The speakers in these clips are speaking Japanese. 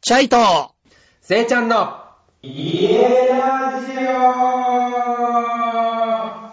チャイとせいちゃんの家ラジオ。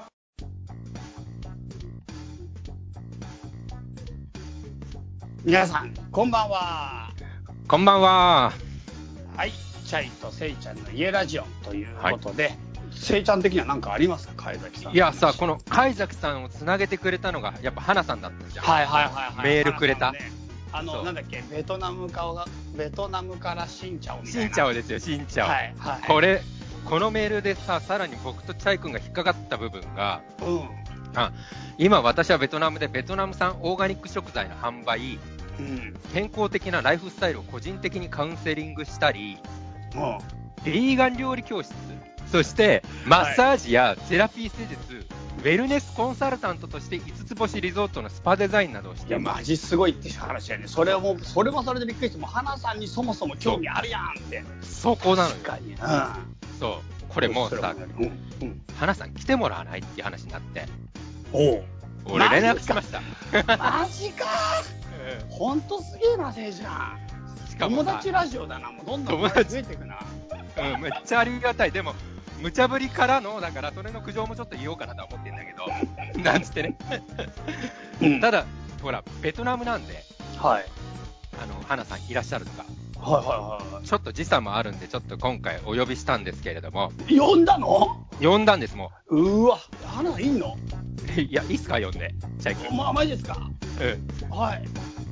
皆さんこんばんは。 こんばんは。 はい、チャイとせいちゃんの家ラジオということで、せいちゃん的には何かありますか、貝崎さん。 いやさ、この貝崎さんをつなげてくれたのがやっぱ花さんだったじゃん。 はいはいはいはい。 メールくれた、 なんだっけ、ベトナムからシンチャオみたいな。 シンチャオですよ、シンチャオ。 はいはい。 このメールでさ、さらに僕とチャイ君が引っかかった部分が、 うん。 今私はベトナムでベトナム産オーガニック食材の販売、 うん。 健康的なライフスタイルを個人的にカウンセリングしたり、 もヴィーガン料理教室、そしてマッサージやセラピー施術、ウェルネスコンサルタントとして5つ星リゾートのスパデザインなどをしいやています。 マジすごいって話やね。それもそれでびっくりして、もう花さんにそもそも興味あるやんって。 そこなのよ。 確かに。 そう。これもうさ、花さん来てもらわないっていう話になって、俺連絡しました。 マジかほんとすげえな、せいちゃん。 しかも友達ラジオだな。もうどんどん増えていくな。 めっちゃありがたい。でも無茶ぶりからの、だからそれの苦情もちょっと言おうかなとは思ってるんだけどなんつってねただほらベトナムなんで、 はい、 花さんいらっしゃるとか、 はいはいはい、 ちょっと時差もあるんで、ちょっと今回お呼びしたんですけれども。 呼んだの？ 呼んだんです。もうわ、花いんの？ いや、いいっすか、呼んで。チャイ君。 マジですか？はい。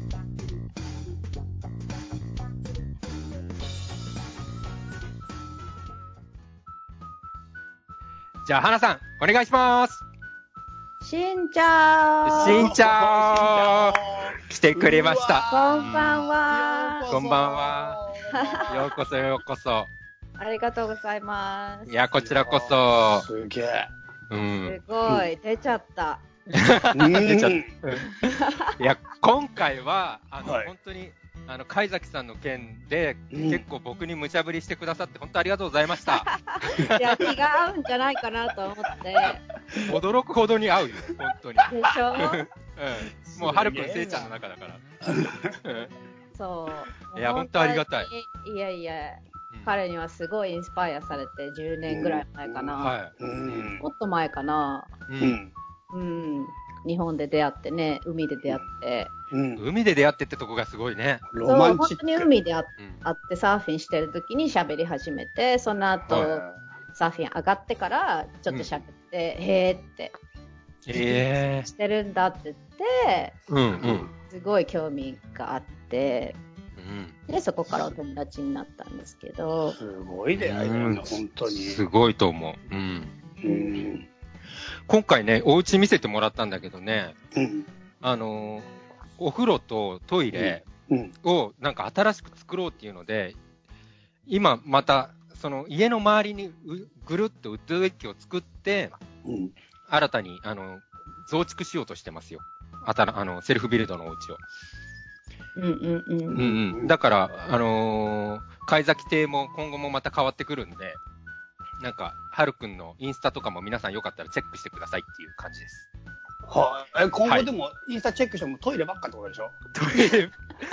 じゃあ花さんお願いします。 しんちゃー。しんちゃー。来てくれました。 こんばんは。 こんばんは。ようこそようこそ。 ありがとうございます。 いや、こちらこそ。 すげえ。 すごい、出ちゃった。 出ちゃった。いや、今回は本当に貝崎さんの件で、結構僕に無茶ぶりしてくださって本当ありがとうございました。 いや、気が合うんじゃないかなと思って。 驚くほどに合うよ、本当に。 でしょ？ もうはるくんせいちゃんの中だから。 そう。 いや、本当ありがたい。 いやいや、彼にはすごいインスパイアされて、10年ぐらい前かな。もっと前かな。日本で出会ってね、海で出会って。 海で出会ってってとこがすごいね。 ロマンチック。 本当に海で会ってサーフィンしてる時に喋り始めて、その後、サーフィン上がってからちょっと喋って、へーって、してるんだって言って、すごい興味があって、でそこからお友達になったんですけど。 すごい出会いだよね、本当に。 すごいと思う。今回ね、お家見せてもらったんだけどね、お風呂とトイレをなんか新しく作ろうっていうので、今またその家の周りにぐるっとウッドデッキを作って、新たに増築しようとしてますよ。セルフビルドのお家を。だから貝崎邸も今後もまた変わってくるんで、なんかはるくんのインスタとかも皆さんよかったらチェックしてくださいっていう感じです。 今後でもインスタチェックしてもトイレばっかってことでしょ？ トイレ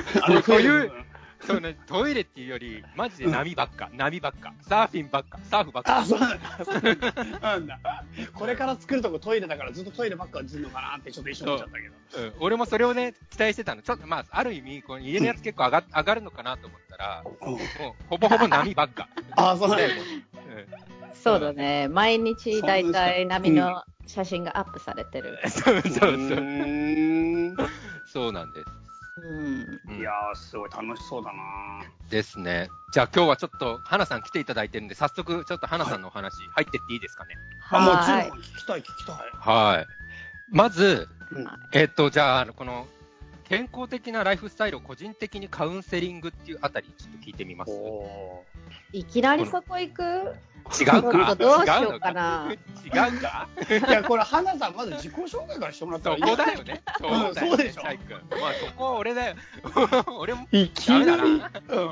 そうね、トイレっていうよりマジで波ばっか、サーフィンばっか、サーフばっか。 そうなんだ。これから作るとこトイレだからずっとトイレばっかずるのかなってちょっと一瞬思っちゃったけど。 俺もそれをね期待してたの。ちょっとまあある意味この家のやつ結構上がるのかなと思ったら、もうほぼほぼ波ばっか。 そうなんだ。 そうだね。毎日だいたい波の写真がアップされてる。 そうなんです。 いやー、すごい楽しそうだなですね。じゃあ今日はちょっと花さん来ていただいてるんで、早速ちょっと花さんのお話入ってっていいですかね？ もちろん聞きたい。 はい。まず、じゃあこの健康的なライフスタイルを個人的にカウンセリングっていうあたりちょっと聞いてみます。 いきなりそこ行く？ 違うか？ どうしようかな。 違うか？ いや、これ花さんまず自己紹介からしてもらったらいい。 そうだよね。 そうでしょ。 まあそこは俺だよ。俺もいきなり。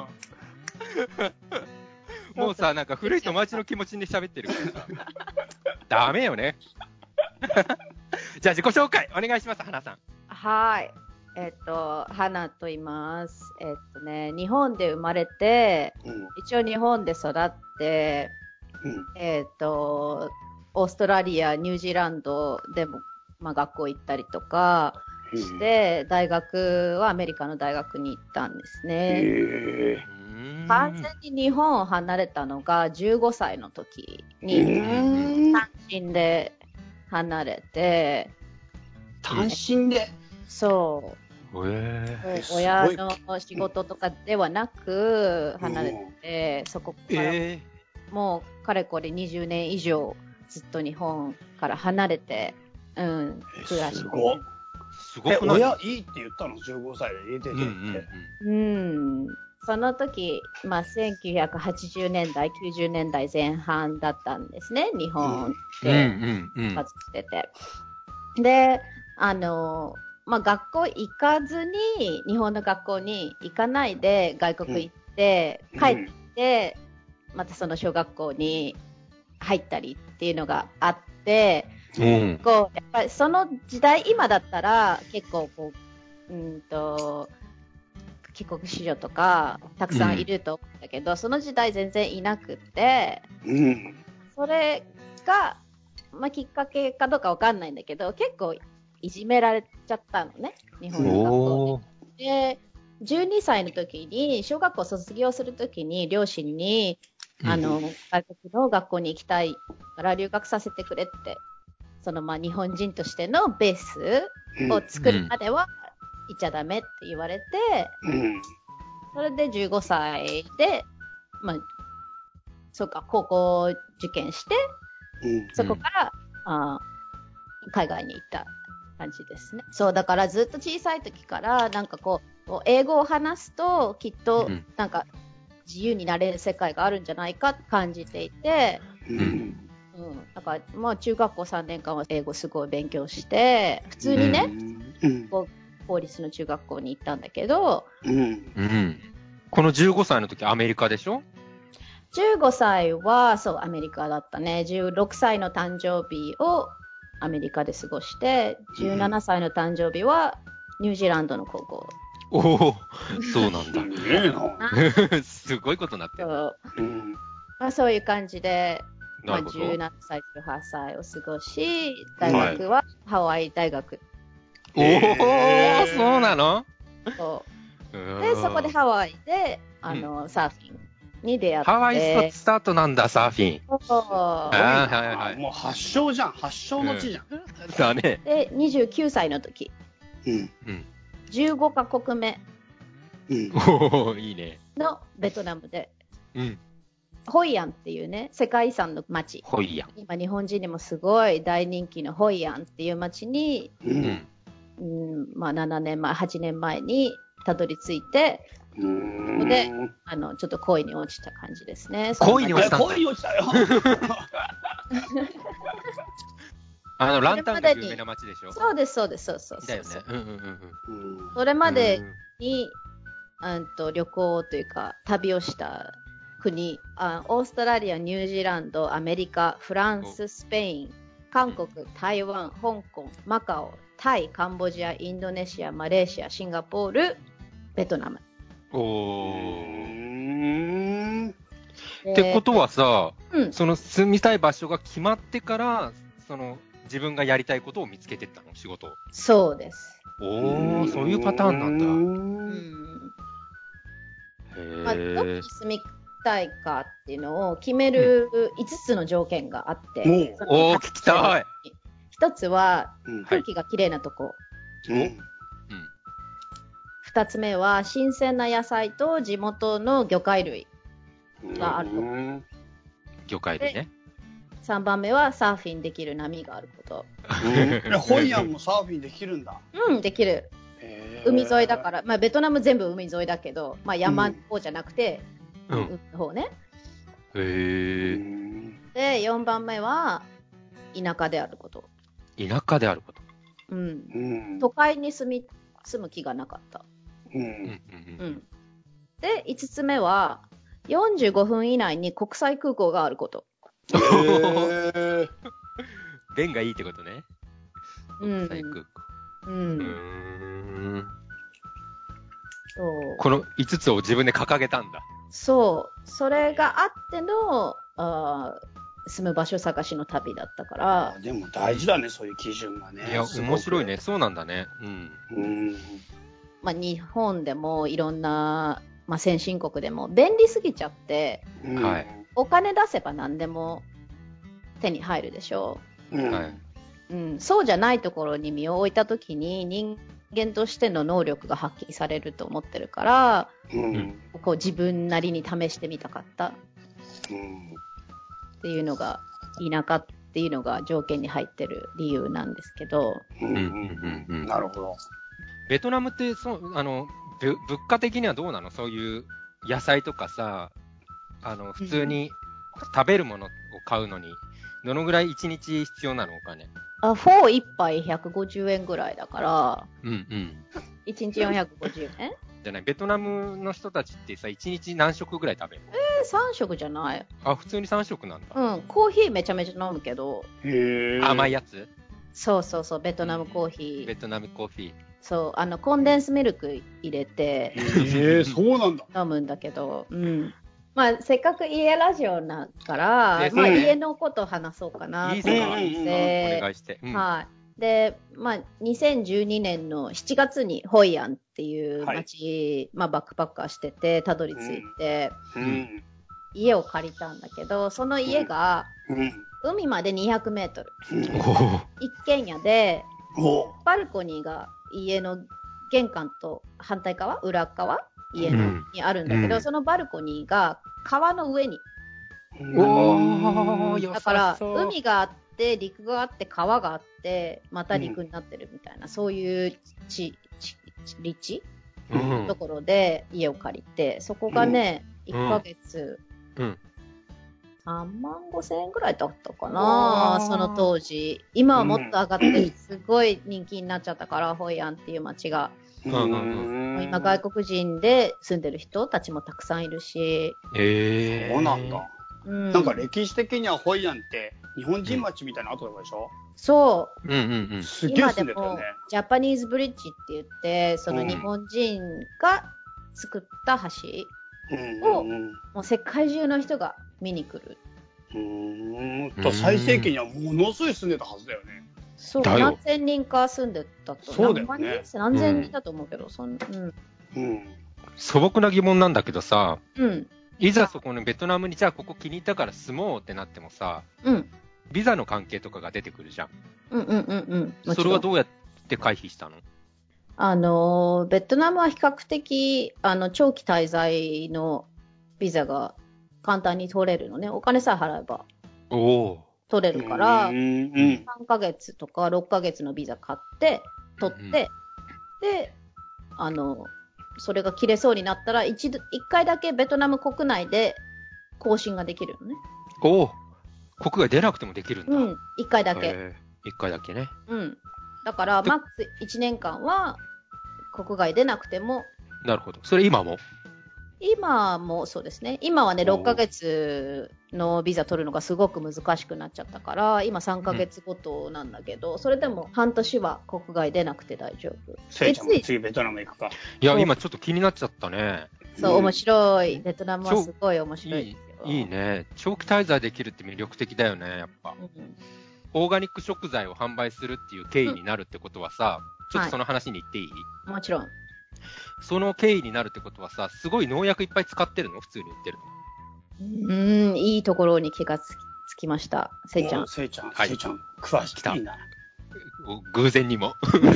もうさ、なんか古い友達の気持ちに喋ってるからさ。ダメよね。じゃあ自己紹介お願いします、花さん。 はい。 花と言います。日本で生まれて、一応日本で育って、オーストラリア、ニュージーランドでも、学校行ったりとかして、大学はアメリカの大学に行ったんですね。完全に日本を離れたのが15歳の時に、単身で離れて。 単身で？ そう。親の仕事とかではなく離れて、そこからもうかれこれ20年以上ずっと日本から離れて、暮らして。 すごくない？親いいって言ったの？15歳で家出てって。 その時、1980年代、90年代前半だったんですね、日本で活動してて。で、学校行かずに、日本の学校に行かないで外国行って、帰ってきて、またその小学校に入ったりっていうのがあって、やっぱりその時代、今だったら結構帰国子女とかたくさんいると思うんだけど、その時代全然いなくて、それが、きっかけかどうかわかんないんだけど、結構いじめられちゃったのね、日本の学校で。で、12歳の時に、小学校卒業する時に両親に、外国の学校に行きたいから留学させてくれって、日本人としてのベースを作るまでは行っちゃダメって言われて、それで15歳で、高校受験して、そこから海外に行った感じですね。そう、だからずっと小さい時から英語を話すときっと自由になれる世界があるんじゃないかって感じていて、だから中学校3年間は英語すごい勉強して、普通にね、公立の中学校に行ったんだけど、 この15歳の時アメリカでしょ ？15歳はそうアメリカだったね。16歳の誕生日をアメリカで過ごして、17歳の誕生日はニュージーランドの高校。 おお、そうなんだ。すごいことになってる。 そういう感じで、17歳、18歳を過ごし、大学はハワイ大学。 おお、そうなの？ で、そこでハワイでサーフィンに出会って。 ハワイスタートなんだ、サーフィン。 もう発祥じゃん。発祥の地じゃん。 だね。 で、29歳の時。15カ国目。 おー、いいね。 のベトナムで。ホイアンっていうね、世界遺産の町。 ホイアン。 今、日本人にもすごい大人気のホイアンっていう町に、7年前、8年前にたどり着いて、そこで、ちょっと恋に落ちた感じですね。 恋に落ちた恋に落ちたよ。 ランタンが有名な街でしょ？ そうです、そうです、そうそう。 だよね。 それまでに、旅行というか、旅をした国、オーストラリア、ニュージーランド、アメリカ、フランス、スペイン、韓国、台湾、香港、マカオ、タイ、カンボジア、インドネシア、マレーシア、シンガポール、ベトナム。 ってことはさ、その住みたい場所が決まってから、自分がやりたいことを見つけてったの？仕事を。 そうです。 おー、そういうパターンなんだ。 どこに住みたいかっていうのを決める5つの条件があって。 聞きたい。 1つは、空気がきれいなとこ。2つ目は、新鮮な野菜と地元の魚介類があると。 魚介類ね。 3番目は、サーフィンできる波があること。 ホイアンもサーフィンできるんだ。 できる。海沿いだから、ベトナム全部海沿いだけど、山の方じゃなくて、海の方ね。で、4番目は、田舎であること。 田舎であること。 都会に住む気がなかった。で、5つ目は、45分以内に国際空港があること。 便がいいってことね。国際空港。 うん。 そうこの5つを自分で掲げたんだ。 そう。それがあっての、住む場所探しの旅だったから。 でも大事だね、そういう基準がね。 いや、面白いね。そうなんだね。 まあ、日本でもいろんな、まあ、先進国でも便利すぎちゃって、 はい、 お金出せば何でも手に入るでしょ。そうじゃないところに身を置いたときに人間としての能力が発揮されると思ってるから、こう自分なりに試してみたかった、っていうのが田舎っていうのが条件に入ってる理由なんですけど。 なるほど。 ベトナムって物価的にはどうなの？そういう野菜とかさ、普通に食べるものを買うのにどのぐらい1日必要なの？お金。 フォー1杯150円ぐらいだから、1日450円じゃない。ベトナムの人たちってさ、1日何食ぐらい食べるの ？3食じゃない。 普通に3食なんだ。 コーヒーめちゃめちゃ飲むけど。 甘いやつ？ そうベトナムコーヒー。 ベトナムコーヒー。 そう、コンデンスミルク入れて、 そうなんだ。 飲むんだけど、まあ、せっかく家ラジオだから、まあ、家のこと話そうかなと思って、 お願いして。 はい。で、まあ、2012年の7月にホイアンっていう街、まあ、バックパッカーしてて、たどり着いて、家を借りたんだけど、その家が、海まで200メートル。一軒家で、バルコニーが家の玄関と反対側、裏側、家のにあるんだけど、そのバルコニーが川の上に。だから海があって陸があって川があってまた陸になってるみたいな、そういう立地のところで家を借りて、そこがね、1ヶ月、3万5千円ぐらいだったかな、その当時。今はもっと上がってる、すごい人気になっちゃったから、ホイアンっていう街が。今外国人で住んでる人たちもたくさんいるし。 そうなんだ。なんか歴史的にはホイアンって日本人町みたいな後でしょ？ そう。 すげえ住んでたよね。 今でもジャパニーズブリッジって言って、その日本人が作った橋を、もう世界中の人が見に来る。 最盛期にはものすごい住んでたはずだよね。 そう、何千人か住んでたと。 そうだよね。 何千人だと思うけど、 素朴な疑問なんだけどさ、いざそこのベトナムにじゃあここ気に入ったから住もうってなってもさ、ビザの関係とかが出てくるじゃん。それはどうやって回避したの？ベトナムは比較的長期滞在のビザが簡単に取れるのね。お金さえ払えば取れるから、3ヶ月とか6ヶ月のビザ買って取って、でそれが切れそうになったら1回だけベトナム国内で更新ができるのね。 国外出なくてもできるんだ。 1回だけ。 1回だけね。 だからマックス1年間は国外出なくても。 なるほど。それ今もそうですね。今はね、6ヶ月のビザ取るのがすごく難しくなっちゃったから、今3ヶ月ごとなんだけど、それでも半年は国外出なくて大丈夫。 せいちゃんも次ベトナム行くか。 いや、今ちょっと気になっちゃったね。 そう、面白い。ベトナムはすごい面白いですよ。 いいね。長期滞在できるって魅力的だよね、やっぱ。オーガニック食材を販売するっていう経緯になるってことはさ、ちょっとその話に行っていい？ もちろん。 その経緯になるってことはさ、すごい農薬いっぱい使ってるの？普通に売ってるの？いいところに気がつきました。せいちゃん。 せいちゃん、詳しいな。 偶然にも。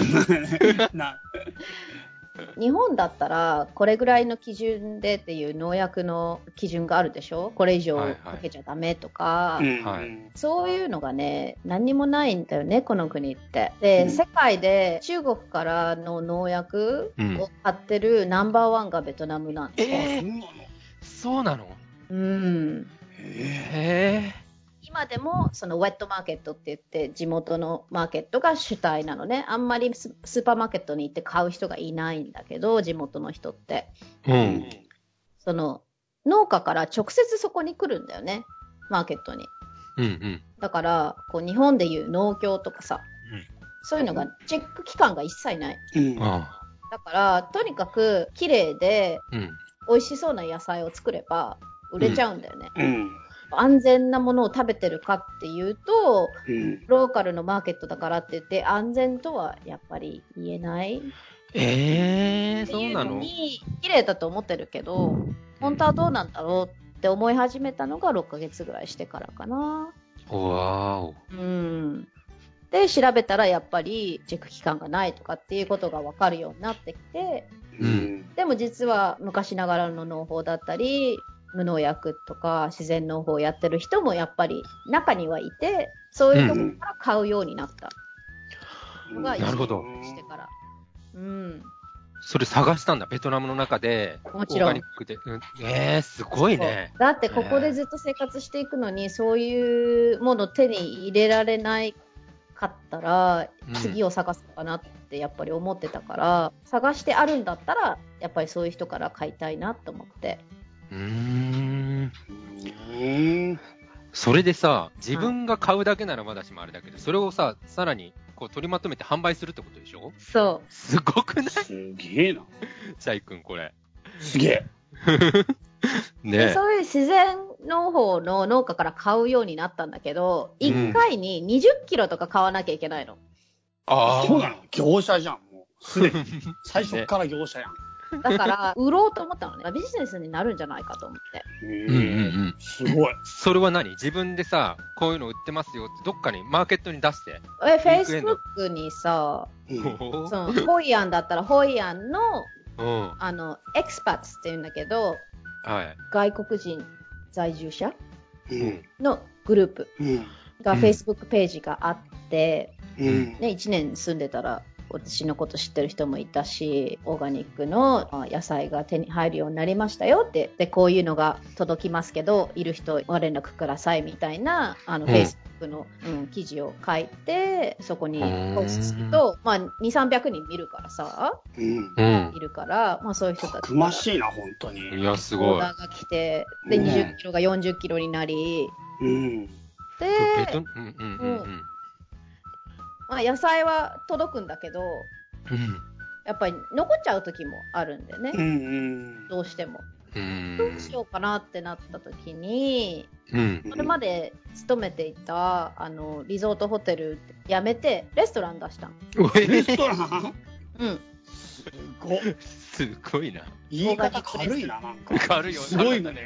日本だったらこれぐらいの基準でっていう農薬の基準があるでしょ。これ以上かけちゃダメとか、そういうのがね、何にもないんだよね、この国って。で、世界で中国からの農薬を買ってるナンバー1がベトナムなんですよ。 そうなの？ 今でもそのウェットマーケットって言って地元のマーケットが主体なのね。あんまりスーパーマーケットに行って買う人がいないんだけど、地元の人って、その農家から直接そこに来るんだよね、マーケットに。だからこう日本でいう農協とかさ、 そういうのがチェック期間が一切ない。 だから、とにかく綺麗で、美味しそうな野菜を作れば売れちゃうんだよね。安全なものを食べてるかっていうと、ローカルのマーケットだからって言って安全とはやっぱり言えない。 そうなの？ 綺麗だと思ってるけど、本当はどうなんだろうって思い始めたのが6ヶ月ぐらいしてからかな。で、調べたらやっぱりチェック期間がないとかっていうことが分かるようになってきて、でも実は昔ながらの農法だったり、無農薬とか自然農法をやってる人もやっぱり中にはいて、そういうところから買うようになったのが1年してから。 それ探したんだ、ベトナムの中で。 もちろん。オーガニックで。すごいね。 だってここでずっと生活していくのに、そういうものを手に入れられないかったら、次を探すのかなってやっぱり思ってたから、探してあるんだったら、やっぱりそういう人から買いたいなと思って。 それでさ、自分が買うだけならまだしもあれだけど、それをさ、さらにこう取りまとめて販売するってことでしょ？ そう。 すごくない？ すげえな。 チャイ君これ。 すげえ。 ね、そういう自然農法の農家から買うようになったんだけど、1回に20キロとか買わなきゃいけないの。 そうなの？業者じゃん、もう。すでに。最初から業者やん。 だから、売ろうと思ったのね。ビジネスになるんじゃないかと思って。 すごい。 それは何？自分でさ、こういうの売ってますよって、どっかにマーケットに出して。 Facebook にさ、ホイアンだったら、ホイアンの、エクスパッツって言うんだけど、外国人在住者のグループが Facebook ページがあって、1年住んでたら、私のこと知ってる人もいたし、オーガニックの野菜が手に入るようになりましたよって、でこういうのが届きますけど、いる人ご連絡くださいみたいなFacebook の、記事を書いて、そこにポストすると、2、300人見るからさ、いるから、そういう人たちが。 たくましいな、本当に。 いや、すごい。 オーダーが来て、で、20キロが40キロになり、で、野菜は届くんだけど、やっぱり残っちゃう時もあるんでね、どうしても。どうしようかなってなった時に、それまで勤めていたリゾートホテル辞めてレストラン出したの。 レストラン？ すごいな。 言い方軽いな、なんか。 軽いよ。 すごいね。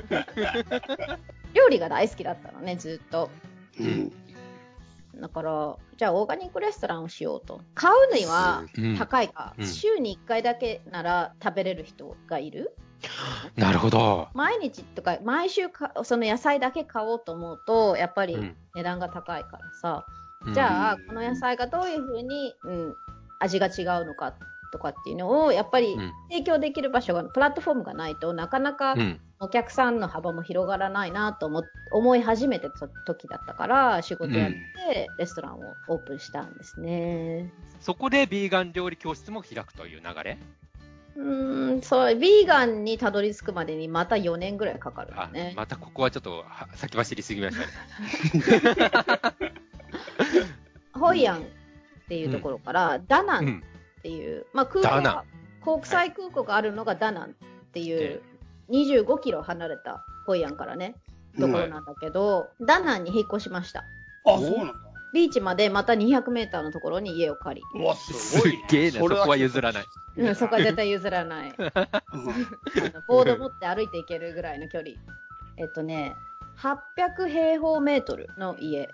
料理が大好きだったのね、ずっと。だから、じゃあオーガニックレストランをしようと。買うには高いか、週に1回だけなら食べれる人がいる。 なるほど。 毎日とか毎週その野菜だけ買おうと思うとやっぱり値段が高いからさ、じゃあこの野菜がどういう風に、味が違うのかとかっていうのをやっぱり提供できる場所がプラットフォームがないとなかなかお客さんの幅も広がらないなと思い始めてた時だったから仕事やってレストランをオープンしたんですね。 そこでビーガン料理教室も開くという流れ？ そうビーガンにたどり着くまでにまた4年ぐらいかかるよね。 またここはちょっと先走りすぎましたね。 ホイアンっていうところから、ダナンっていう、国際空港があるのがダナンっていう25キロ離れたホイアンからねところなんだけど、ダナンに引っ越しました。 そうなんだ。 ビーチまでまた200メーターのところに家を借り。 うわ、すごい、ね。 すげえな、そこは譲らない。 そこは絶対譲らない。ボード持って歩いていけるぐらいの距離。800平方メートルの家。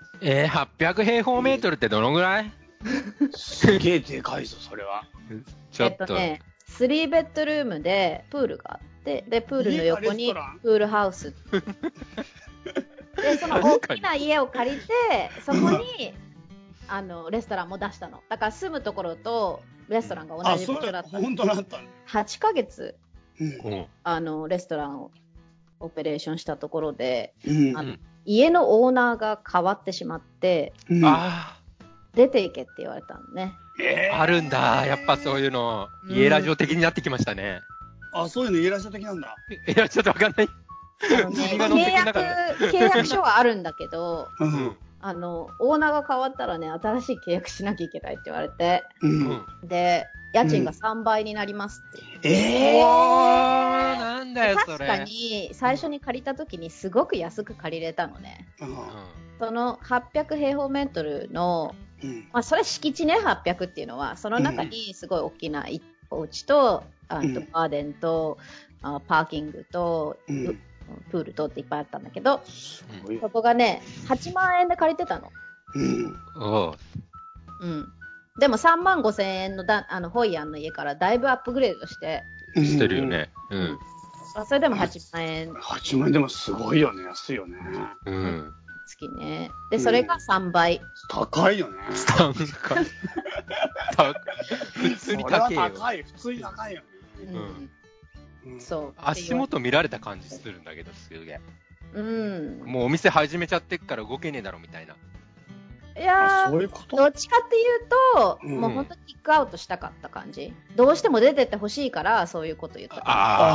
800平方メートルってどのぐらい？ すげえでかいぞ、それは。 ちょっと。 3ベッドルームでプールがあって、で、プールの横にプールハウス。で、その大きな家を借りて、そこに、レストランも出したの。だから住むところとレストランが同じ場所だった。 本当だった。 8ヶ月、レストランをオペレーションしたところで、家のオーナーが変わってしまって、出ていけって言われたのね。 あるんだ。やっぱそういうの、家ラジオ的になってきましたね。 そういうの家ラジオ的なんだ。 いや、ちょっとわかんない。 契約書はあるんだけど、 オーナーが変わったらね、新しい契約しなきゃいけないって言われて、で、家賃が3倍になりますってなんだよそれ。 確かに最初に借りた時にすごく安く借りれたのね。その800平方メートルの、それ敷地ね、800っていうのは、その中にすごい大きなお家と、ガーデンと、パーキングと、プールとっていっぱいあったんだけど、そこがね、8万円で借りてたの。でも3万5千円のホイアンの家からだいぶアップグレードしてるよね。 それでも8万円。 8万円でもすごいよね、安いよね。 月ね。で、それが3倍。 高いよね。 普通に高いよ。 普通に高いよね。 そう。 足元見られた感じするんだけど、すげえ。もうお店始めちゃってっから動けねえだろみたいな。 いやー、どっちかっていうと、もう本当にキックアウトしたかった感じ。どうしても出てってほしいから、そういうこと言った。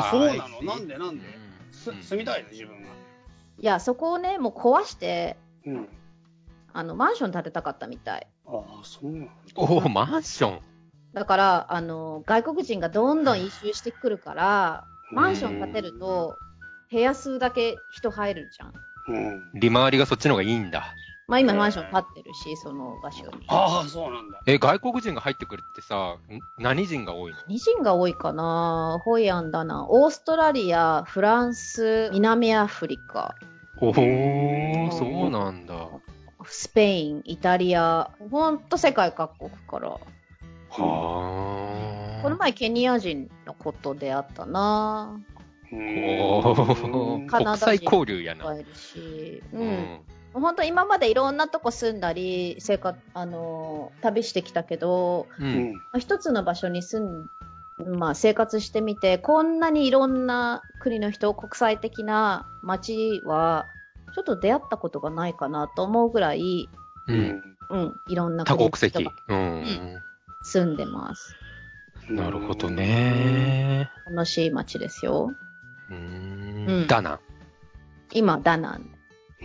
そうなの？なんで住みたいの自分が。 いや、そこをね、もう壊して、マンション建てたかったみたい。 そうなの？ マンション？ だから、外国人がどんどん移住してくるから、マンション建てると、部屋数だけ人入るじゃん。 利回りがそっちの方がいいんだ。 今マンション建ってるし、その場所に。 そうなんだ。 外国人が入ってくるってさ、何人が多いの？ 何人が多いかな？ホイアンだな。オーストラリア、フランス、南アフリカ。 そうなんだ。 スペイン、イタリア、ほんと世界各国から。この前ケニア人の子と出会ったな。 国際交流やな。 本当今までいろんなとこ住んだり旅してきたけど、一つの場所に生活してみて、こんなにいろんな国の人、国際的な街はちょっと出会ったことがないかなと思うぐらい、いろんな国の人が住んでます。 なるほどね。 楽しい街ですよ。 ダナン。 今ダナン。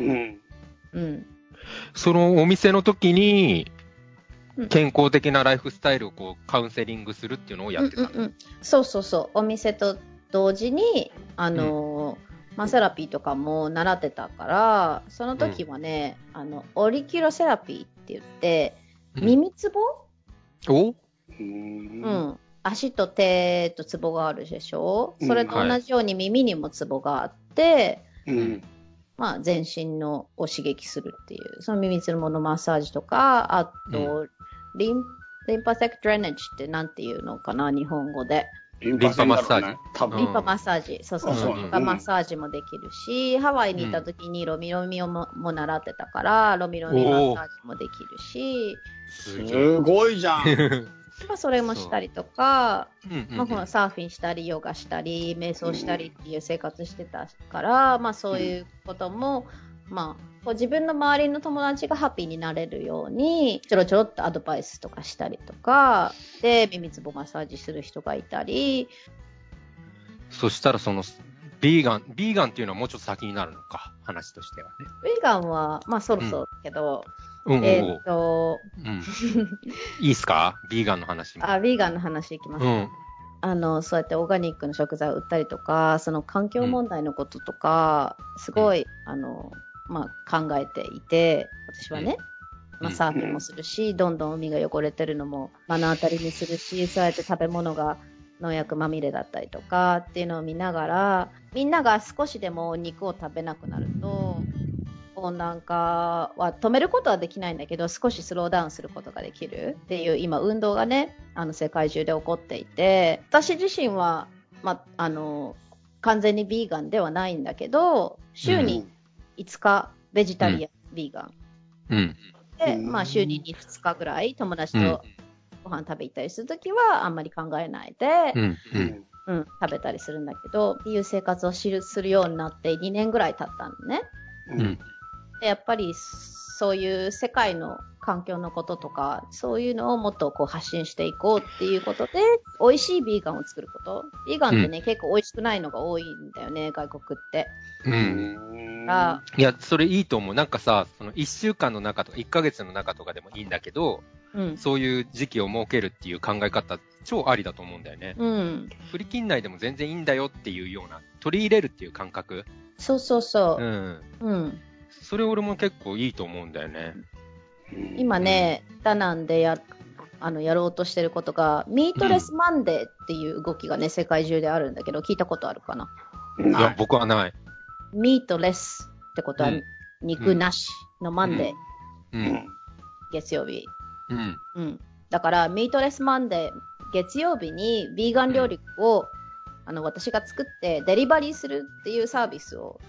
そのお店の時に健康的なライフスタイルをこうカウンセリングするっていうのをやってたの？ そう。お店と同時にセラピーとかも習ってたから、その時はね、オリキュロセラピーって言って、耳つぼ？足と手とツボがあるでしょ？それと同じように耳にもツボがあって、全身を刺激するっていう、その耳つぼのマッサージとか、あと、リンパセクドレネージってなんていうのかな、日本語で。 リンパマッサージ。 リンパマッサージ。そう。リンパマッサージもできるし、ハワイにいた時にロミロミをも習ってたから、ロミロミマッサージもできるし。 すごいじゃん。 それもしたりとか、サーフィンしたり、ヨガしたり、瞑想したりっていう生活してたから、そういうことも、自分の周りの友達がハッピーになれるように、ちょろちょろっとアドバイスとかしたりとか、で、耳つぼマッサージする人がいたり。 そしたらビーガンっていうのはもうちょっと先になるのか、話としてはね。 ビーガンは、そろそろだけど、 いいっすか？ビーガンの話。 ビーガンの話いきますか。そうやってオーガニックの食材を売ったりとか、その環境問題のこととか、すごい、考えていて、私はね、サーフィンもするし、どんどん海が汚れてるのも目の当たりにするし、そうやって食べ物が農薬まみれだったりとかっていうのを見ながら、みんなが少しでも肉を食べなくなると、温暖化は止めることはできないんだけど、少しスローダウンすることができるっていう今運動がね、世界中で起こっていて、私自身は、完全にビーガンではないんだけど、週に5日ベジタリアン、ビーガン。で、週に2日ぐらい友達とご飯食べ行ったりするときはあんまり考えないで、食べたりするんだけど、っていう生活をするようになって2年ぐらい経ったのね。でやっぱりそういう世界の環境のこととか、そういうのをもっとこう発信していこうっていうことで、美味しいビーガンを作ること。ビーガンってね、結構美味しくないのが多いんだよね、外国って。 いや、それいいと思う。なんかさ、その1週間の中とか1ヶ月の中とかでもいいんだけど、そういう時期を設けるっていう考え方、超ありだと思うんだよね。振り切んないでも全然いいんだよっていうような、取り入れるっていう感覚。 そうそうそう。 それ俺も結構いいと思うんだよね。 今ね、ダナンでやろうとしてることが、ミートレスマンデーっていう動きがね、世界中であるんだけど、聞いたことあるかな？ いや、僕はない。 ミートレスってことは、肉なしのマンデー。月曜日。だから、ミートレスマンデー、月曜日にビーガン料理を、私が作ってデリバリーするっていうサービスを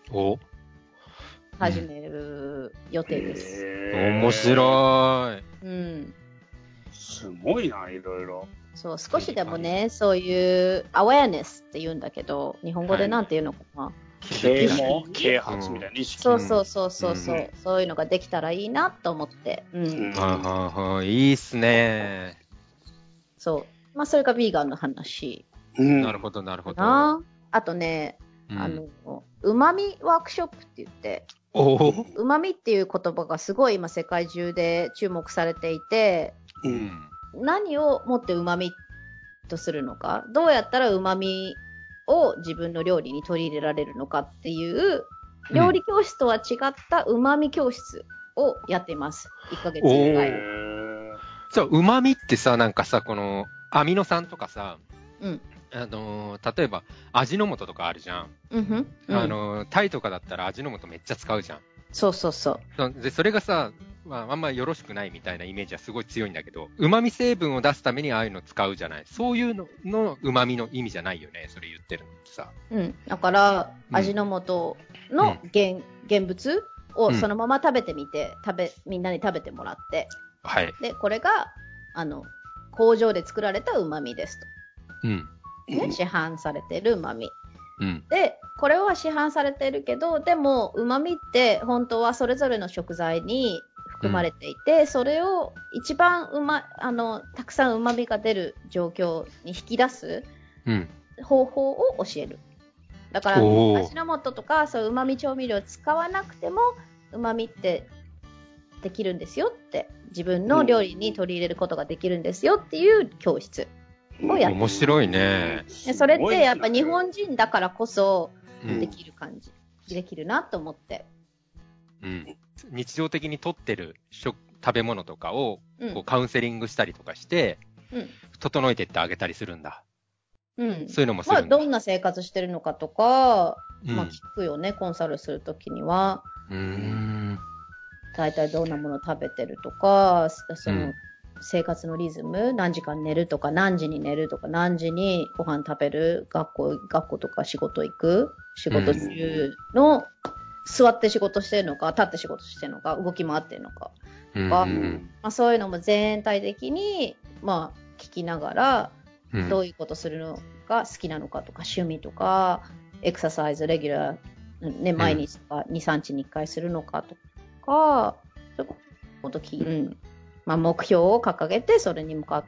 始める予定です。 面白い。 すごいな、いろいろ。 そう、少しでもね、そういうアワーネスって言うんだけど、日本語でなんて言うのかな。 啓発みたいな意識。 そう。そういうのができたらいいなと思って。 いいっすね。 そう。まあ、それがビーガンの話。 なるほど、なるほど。 あとね、うまみワークショップって言って、うまみっていう言葉がすごい今世界中で注目されていて、何をもってうまみとするのか、どうやったらうまみを自分の料理に取り入れられるのかっていう料理教室とは違ったうまみ教室をやっています。1ヶ月1回。 そう、うまみってさ、なんかさ、このアミノ酸とかさ、例えば味の素とかあるじゃん。タイとかだったら味の素めっちゃ使うじゃん。 そうで、それがさ、あんまよろしくないみたいなイメージはすごい強いんだけど、旨味成分を出すためにああいうの使うじゃない。そういうのの旨味の意味じゃないよね、それ言ってるのってさ。 だから、味の素の現物をそのまま食べてみて、みんなに食べてもらって、で、これが、工場で作られた旨味ですと。市販されてる旨味。で、これは市販されてるけど、でも、旨味って本当はそれぞれの食材に含まれていて、それを一番たくさん旨味が出る状況に引き出す方法を教える。だから、味の素とか、そういう旨味調味料を使わなくても、旨味ってできるんですよって、自分の料理に取り入れることができるんですよっていう教室。 面白いね。 それってやっぱ日本人だからこそできる感じ、できるなと思って。 日常的にとってる食べ物とかをこうカウンセリングしたりとかして、整えてってあげたりするんだ。そういうのもするんだ。 どんな生活してるのかとか、聞くよね、コンサルするときには。大体どんなもの食べてるとか、その生活のリズム、何時間寝るとか、何時に寝るとか、何時にご飯食べる、学校とか仕事行く、仕事中の、座って仕事してるのか、立って仕事してるのか、動き回ってるのか、とか、そういうのも全体的に、聞きながら、どういうことするのが好きなのかとか、趣味とか、エクササイズ、レギュラー、ね、毎日とか、2、3日に1回するのかとか、そういうこと目標を掲げて、それに向かって、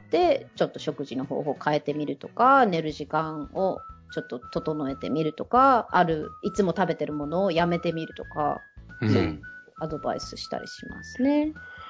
ちょっと食事の方法を変えてみるとか、寝る時間をちょっと整えてみるとか、いつも食べてるものをやめてみるとか、アドバイスしたりしますね。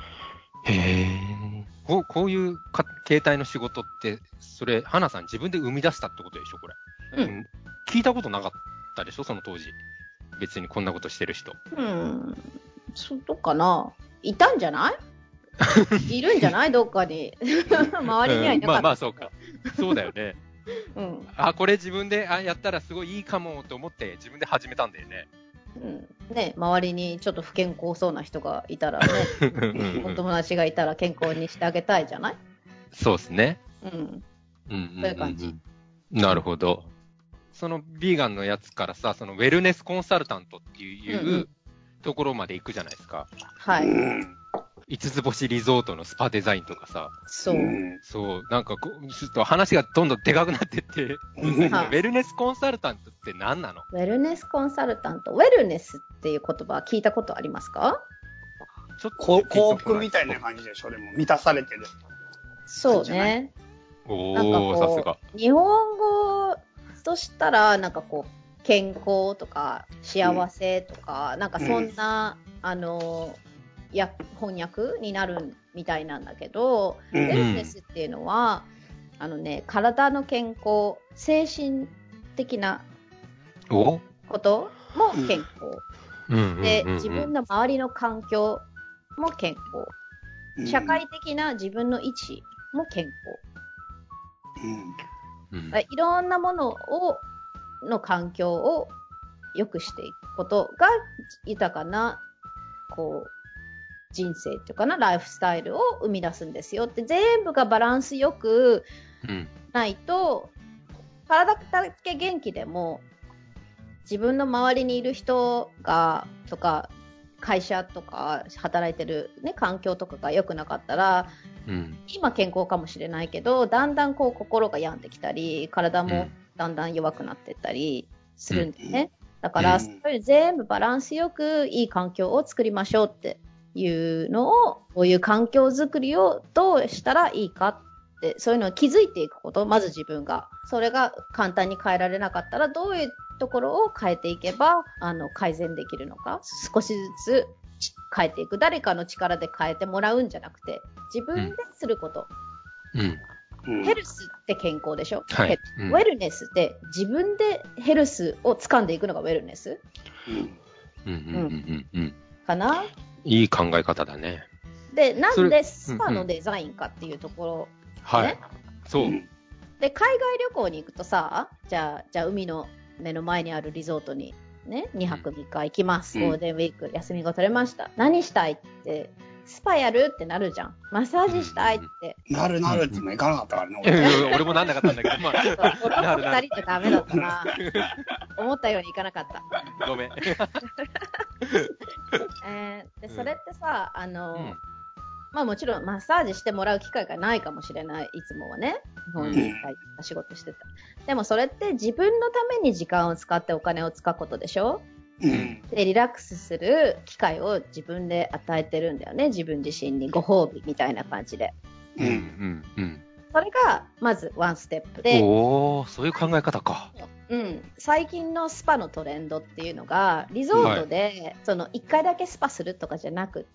こういう形態の仕事って、それ、花さん自分で生み出したってことでしょ、これ。聞いたことなかったでしょ、その当時。別にこんなことしてる人。 そうかな。いたんじゃないいるんじゃないどっかに。周りにはいなかった。 そうか。そうだよね。これ自分でやったらすごいいいかもと思って自分で始めたんだよね。 ね、周りにちょっと不健康そうな人がいたらね、お友達がいたら健康にしてあげたいじゃない？ そうですね。 そういう感じ。 なるほど。そのビーガンのやつからさ、そのウェルネスコンサルタントっていうところまで行くじゃないですか。 はい。 5つ星リゾートのスパデザインとかさ。 そう。 なんかちょっと話がどんどんでかくなってって、ウェルネスコンサルタントって何なの？ ウェルネスコンサルタント。ウェルネスっていう言葉聞いたことありますか？ ちょっと幸福みたいな感じでしょ、でも満たされてる。 そうね。 おー、さすが。 日本語としたら、なんかこう、健康とか幸せとか、なんかそんな、翻訳になるみたいなんだけど、ウェルネスっていうのは、体の健康、精神的なことも健康。で、自分の周りの環境も健康。社会的な自分の位置も健康。いろんなものの環境を良くしていくことが豊かな、こう、人生っていうかな、ライフスタイルを生み出すんですよって、全部がバランスよくないと、体だけ元気でも、自分の周りにいる人が、とか、会社とか働いてる、ね、環境とかが良くなかったら、今健康かもしれないけど、だんだんこう心が病んできたり、体もだんだん弱くなっていったりするんだよね。だから、それ全部バランスよくいい環境を作りましょうっていうのを、こういう環境づくりをどうしたらいいかって、そういうのを気づいていくこと、まず自分が。それが簡単に変えられなかったら、どういうところを変えていけば、改善できるのか、少しずつ変えていく。誰かの力で変えてもらうんじゃなくて、自分ですること。ヘルスって健康でしょ、はい、ウェルネスって自分でヘルスを掴んでいくのがウェルネス、かな。 いい考え方だね。 で、なんでスパのデザインかっていうところ、 はい。そう。 で、海外旅行に行くとさ、じゃあ海の目の前にあるリゾートにね、2泊3日行きます。ゴールデンウィーク、休みが取れました。何したいって、スパやるってなるじゃん。マッサージしたいって。 なるっても行かなかったからね。 俺もなんなかったんだけど、まあ。 男2人ってダメだったな。思ったようにいかなかった。 ごめん。 で、それってさ、まあもちろんマッサージしてもらう機会がないかもしれない。いつもはね。日本に仕事してた。でもそれって自分のために時間を使ってお金を使うことでしょ？で、リラックスする機会を自分で与えてるんだよね。自分自身にご褒美みたいな感じで。それが、まずワンステップで。 そういう考え方か。 最近のスパのトレンドっていうのが、リゾートで、1回だけスパするとかじゃなくって、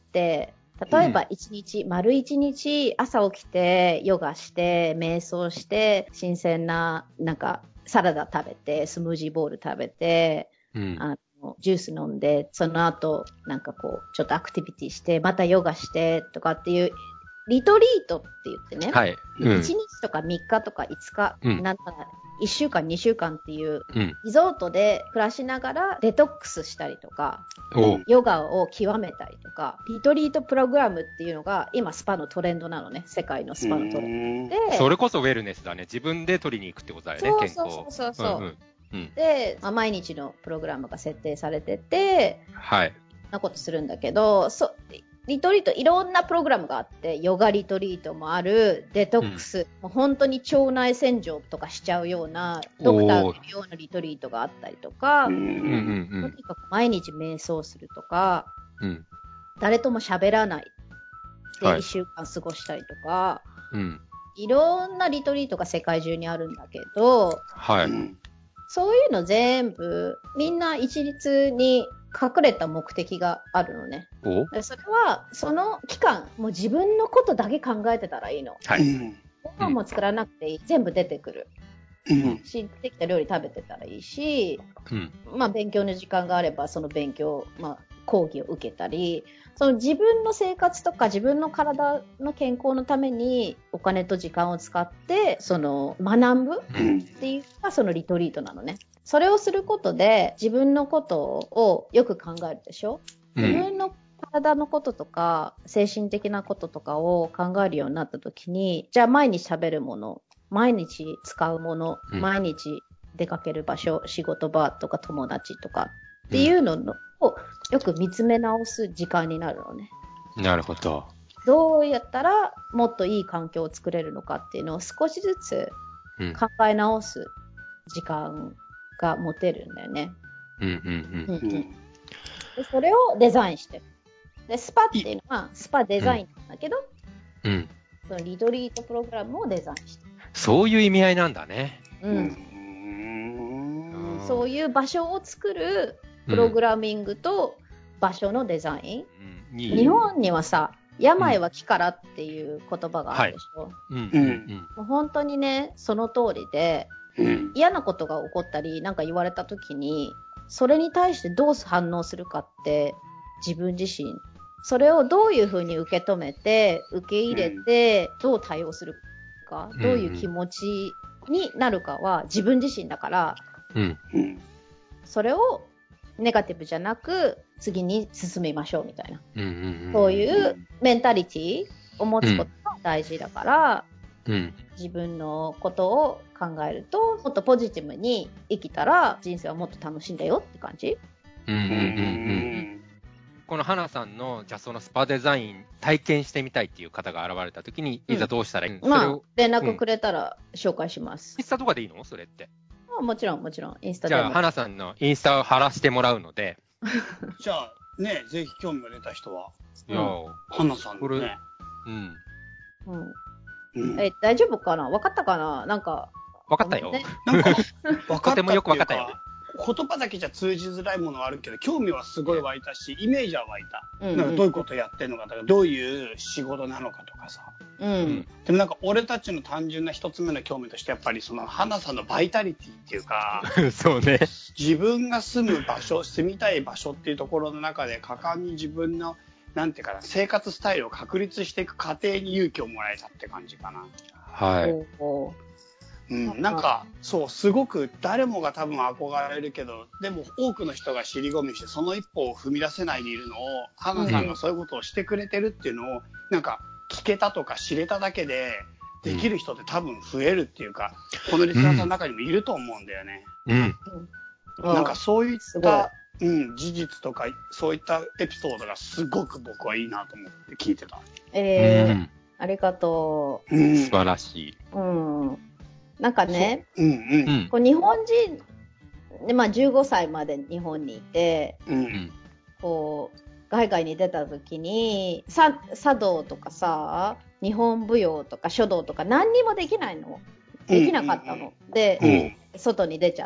例えば丸一日朝起きて、ヨガして、瞑想して、新鮮な、なんか、サラダ食べて、スムージーボール食べて、ジュース飲んで、その後、なんかこう、ちょっとアクティビティして、またヨガしてとかっていう、リトリートって言ってね、1日とか3日とか5日、なんなら1週間、2週間っていう、リゾートで暮らしながらデトックスしたりとか、ヨガを極めたりとか、リトリートプログラムっていうのが今スパのトレンドなのね、世界のスパのトレンドで。 それこそウェルネスだね。自分で取りに行くってことだよね、健康。 そう。で、毎日のプログラムが設定されてて、そんなことするんだけど、リトリートいろんなプログラムがあって、ヨガリトリートもある、デトックス、もう本当に腸内洗浄とかしちゃうような、ドクターのようなリトリートがあったりとか、とにかく毎日瞑想するとか、誰とも喋らないで1週間過ごしたりとか、いろんなリトリートが世界中にあるんだけど、そういうの全部、みんな一律に隠れた目的があるのね。それは、その期間、もう自分のことだけ考えてたらいいの。ご飯も作らなくていい。全部出てくる。できた料理食べてたらいいし、まあ勉強の時間があれば、その勉強、講義を受けたり、その自分の生活とか自分の体の健康のためにお金と時間を使って、学ぶっていうのがそのリトリートなのね。それをすることで自分のことをよく考えるでしょ？自分の体のこととか精神的なこととかを考えるようになった時に、じゃあ毎日食べるもの、毎日使うもの、毎日出かける場所、仕事場とか友達とかっていうのをよく見つめ直す時間になるのね。 なるほど。 どうやったらもっといい環境を作れるのかっていうのを少しずつ考え直す時間が持てるんだよね。でそれをデザインしてる。 で、スパっていうのは、スパデザインなんだけど、 うん。 そのリトリートプログラムをデザインしてる。 そういう意味合いなんだね。 そういう場所を作るプログラミングと場所のデザイン。日本にはさ、病は気からっていう言葉があるでしょ。もう本当にね、その通りで、嫌なことが起こったり、なんか言われた時に、それに対してどう反応するかって自分自身、それをどういうふうに受け止めて、受け入れて、どう対応するか、どういう気持ちになるかは自分自身だから、それをネガティブじゃなく次に進めましょうみたいな、そういうメンタリティを持つことが大事だから、自分のことを考えるともっとポジティブに生きたら人生はもっと楽しいんだよって感じ。 この花さんのじゃあそのスパデザイン体験してみたいっていう方が現れた時に、いざどうしたらいいの？ まあ連絡くれたら紹介します。 インスタとかでいいの？それって。 もちろんインスタでも。 じゃあ花さんのインスタを貼らせてもらうのでじゃあね、ぜひ興味が出た人は花さんのね。 大丈夫かな？分かったかな？なんか分かったよ、 ね、なんか分かったとてもよく分かったよ。 言葉だけじゃ通じづらいものはあるけど、興味はすごい湧いたし、イメージは湧いた。なんかどういうことやってんのかとか、どういう仕事なのかとかさ。でもなんか俺たちの単純な一つ目の興味として、やっぱりその花さんのバイタリティっていうか、 そうね。 自分が住む場所、住みたい場所っていうところの中で、果敢に自分のなんていうかな、生活スタイルを確立していく過程に勇気をもらえたって感じかな。 はい。 なんかそうすごく誰もが多分憧れるけど、でも多くの人が尻込みしてその一歩を踏み出せないでいるのを、花さんがそういうことをしてくれてるっていうのをなんか聞けたとか知れただけでできる人って多分増えるっていうか、このリスナーさんの中にもいると思うんだよね。なんかそういった事実とかそういったエピソードがすごく僕はいいなと思って聞いてた。 ありがとう。 素晴らしい。 なんかね、こう日本人で、15歳まで日本にいて、こう海外に出た時に茶道とかさ、日本舞踊とか書道とか何にもできないの、できなかったの、で、外に出ちゃって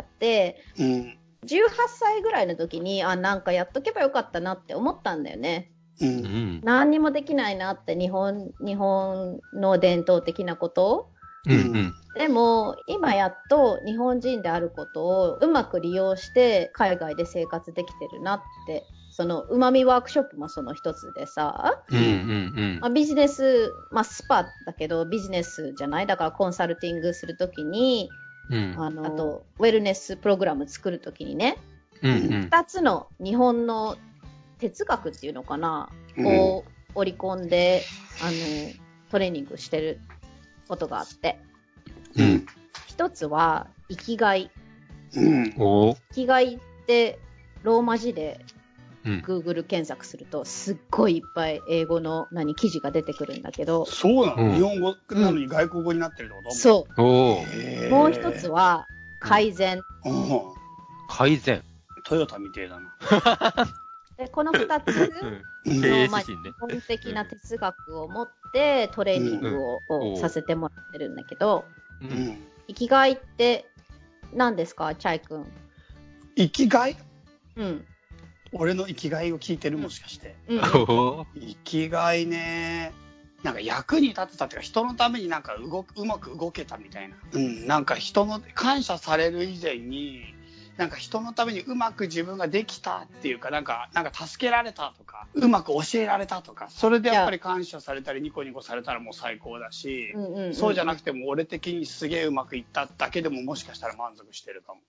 、18歳ぐらいの時になんかやっとけばよかったなって思ったんだよね。何にもできないなって、日本の伝統的なことを。でも今やっと日本人であることをうまく利用して海外で生活できてるなって、そのうまみワークショップもその一つでさ、ビジネス、スパだけどビジネスじゃない、だからコンサルティングするときに、あとウェルネスプログラム作るときにね、2つの日本の哲学っていうのかな、を織り込んでトレーニングしてることがあって、一つは生きがい。生きがいってローマ字で Google 検索するとすっごいいっぱい英語の記事が出てくるんだけど。 そうなの？日本語なのに外国語になってるってこと？ そう。もう一つは改善。 改善。 トヨタみてえだな。 でこの2つの基本的な哲学を持ってトレーニングをさせてもらってるんだけど、生きがいって何ですか、チャイ君？ 生きがい？俺の生きがいを聞いてる？もしかして。生きがいね、なんか役に立てたっていうか、人のためになんかうまく動けたみたいな。なんか人の感謝される以前に、なんか人のためにうまく自分ができたっていうか、なんか助けられたとか、うまく教えられたとか、それでやっぱり感謝されたりニコニコされたらもう最高だし、そうじゃなくても俺的にすげえうまくいっただけでももしかしたら満足してるかも。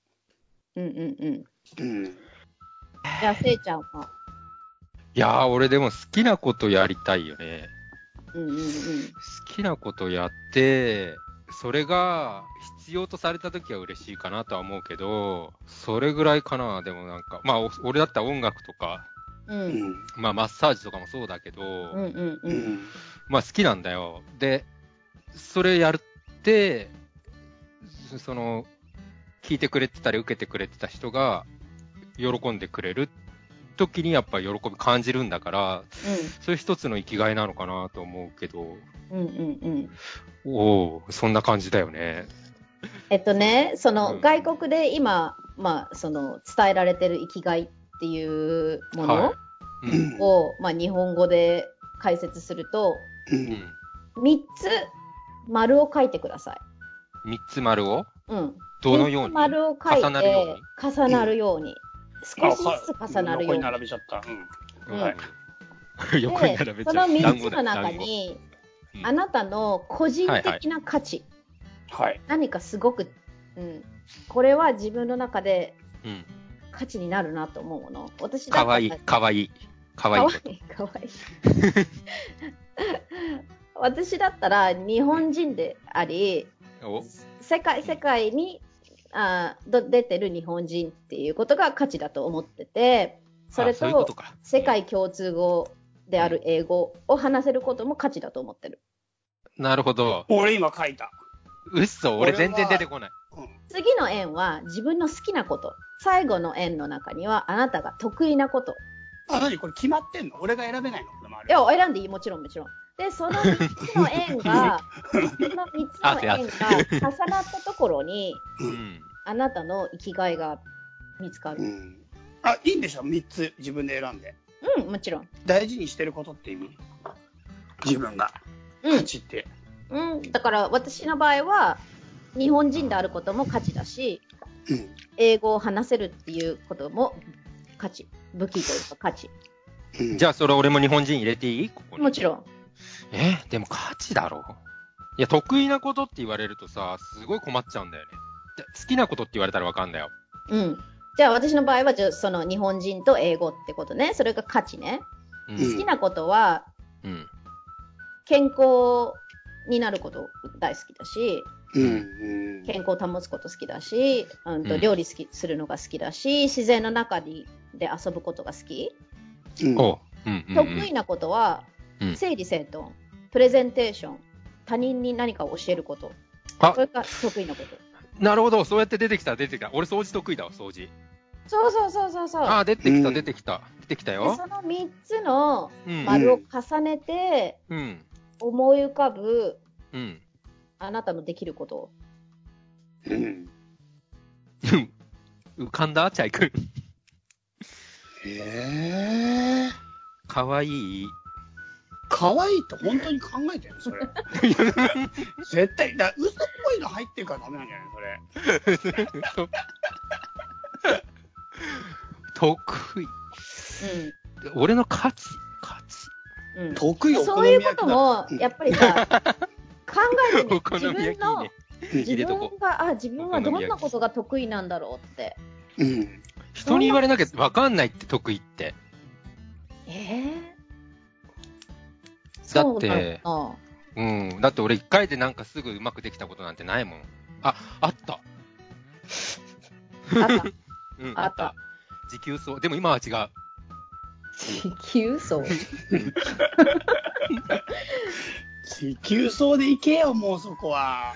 じゃあせいちゃんは？ いやー、俺でも好きなことやりたいよね。好きなことやってそれが必要とされた時は嬉しいかなとは思うけど、それぐらいかな。でもなんか俺だったら音楽とか、マッサージとかもそうだけど、好きなんだよ。でそれやってその聞いてくれてたり受けてくれてた人が喜んでくれるっ時にやっぱり喜び感じるんだから、それ一つの生きがいなのかなと思うけど、そんな感じだよね。 その外国で今、その伝えられてる生きがいっていうものを、日本語で解説すると、3つ丸を書いてください。 3つ丸をどのように丸を書いて重なるように重なるように、少しずつ重なるように。 横に並べちゃった。 横に並べちゃった。 その3つの中に、あなたの個人的な価値、何かすごく、これは自分の中で価値になるなと思うもの。私だったらかわいい。 私だったら日本人であり、世界に出てる日本人っていうことが価値だと思ってて、それと世界共通語である英語を話せることも価値だと思ってる。 なるほど。 俺今書いた。 嘘、俺全然出てこない。 次の円は自分の好きなこと。最後の円の中にはあなたが得意なこと。 何これ決まってんの？俺が選べないの？ いや、選んでいい、もちろん。で、その3つの円が重なったところに、あなたの生きがいが見つかる。 いいんでしょ ?3 つ自分で選んで。 もちろん。 大事にしてることって意味？自分が。価値って。 だから私の場合は、日本人であることも価値だし、英語を話せるっていうことも価値。武器というか価値。 じゃあそれ俺も日本人入れていい？ここにもちろん。 でも価値だろ。いや、得意なことって言われるとさ、すごい困っちゃうんだよね。好きなことって言われたらわかんだよ。 じゃあ私の場合はその日本人と英語ってことね。それが価値ね。好きなことは、健康になること大好きだし、健康を保つこと好きだし、料理するのが好きだし、自然の中で遊ぶことが好き。得意なことは、整理整頓、プレゼンテーション、他人に何かを教えること。これが得意なこと。 なるほど、そうやって出てきた。俺掃除得意だわ、掃除。 そう。 出てきたよ。 その3つの丸を重ねて、思い浮かぶ、あなたのできること。 浮かんだチャイ君。かわいい。 かわいいって本当に考えてるのそれ。絶対嘘っぽいの入ってるからダメなんじゃないそれ。 得意。俺の価値。 得意。 そういうこともやっぱりさ考えてみ自分はどんなことが得意なんだろうって。 人に言われなきゃ分かんないって得意って。だって、だって俺1回でなんかすぐうまくできたことなんてないもん。あった。あった。持久走。でも今は違う。 持久走持久走で行けよ、もうそこは。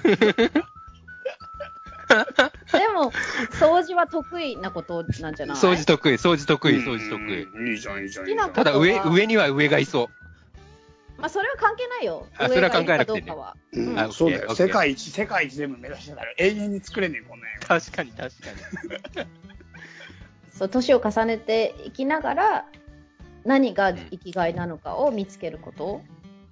でも、掃除は得意なことなんじゃない？ 掃除得意。 いいじゃん。 ただ上には上がいそう。 それは関係ないよ。 それは考えなくていいね。 そうだよ。世界一全部目指してたら永遠に作れねえ、こんな映画。確かに。 そう、年を重ねていきながら、何が生きがいなのかを見つけること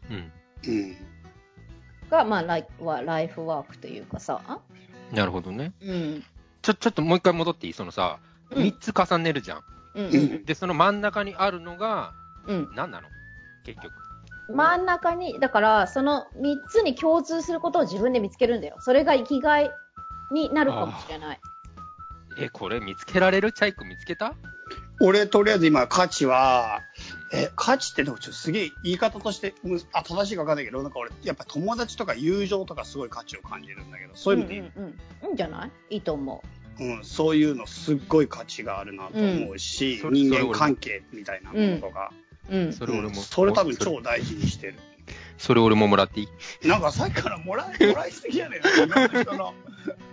が、ライフワークというかさ。 なるほどね。ちょっともう一回戻っていい？そのさ、3つ重ねるじゃん。で、その真ん中にあるのが、何なの？結局。 真ん中に、だから、その3つに共通することを自分で見つけるんだよ。それが生きがいになるかもしれない。 これ見つけられる？チャイ君見つけた？ 俺、とりあえず今、価値は、価値ってでもちょっとすげえ言い方として、正しいか分かんないけど、なんか俺、やっぱ友達とか友情とかすごい価値を感じるんだけど、そういうのでいい？ いいんじゃない？いいと思う。そういうのすっごい価値があるなと思うし、人間関係みたいなものとか。 それ俺も。 それ多分超大事にしてる。 それ俺ももらっていい？ なんかさっきからもらいすぎやねん。人の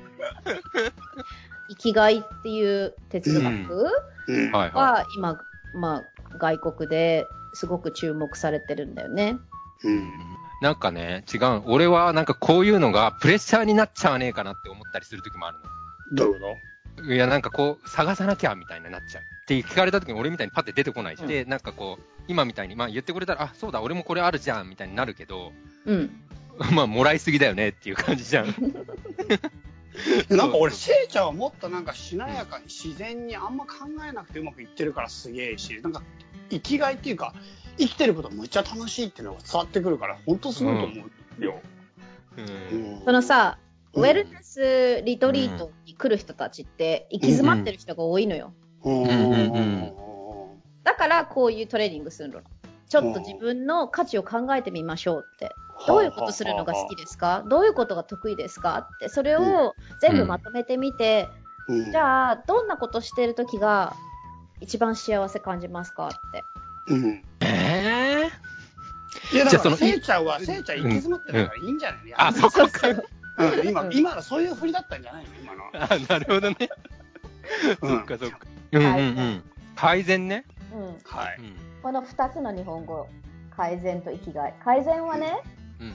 生きがいっていう哲学は今まあ、外国ですごく注目されてるんだよね。 なんかね、違う。俺はなんかこういうのがプレッシャーになっちゃわねえかなって思ったりする時もあるの。 どういうこと？ いや、なんかこう、探さなきゃみたいになっちゃう。って聞かれた時に俺みたいにパッて出てこないし、で、なんかこう、今みたいに、まあ言ってくれたら、あ、そうだ、俺もこれあるじゃん、みたいになるけど、まあ、もらいすぎだよねっていう感じじゃん。 なんか俺、せいちゃんはもっとなんかしなやかに自然にあんま考えなくてうまくいってるからすげえし、なんか生きがいっていうか、生きてることむっちゃ楽しいっていうのが伝わってくるから、本当すごいと思うよ。 そのさ、ウェルネスリトリートに来る人たちって行き詰まってる人が多いのよ。だからこういうトレーニングするの。ちょっと自分の価値を考えてみましょうって。どういうことするのが好きですか？どういうことが得意ですか？って、それを全部まとめてみて、じゃあ、どんなことしてるときが一番幸せ感じますかって。 いや、だからせいちゃんは、せいちゃん行き詰まってるからいいんじゃないの？ あ、そこか。 今のそういう振りだったんじゃないの？今の。 あ、なるほどね。そっかそっか。改善ね。 はい。 この2つの日本語、改善と生きがい。改善はね、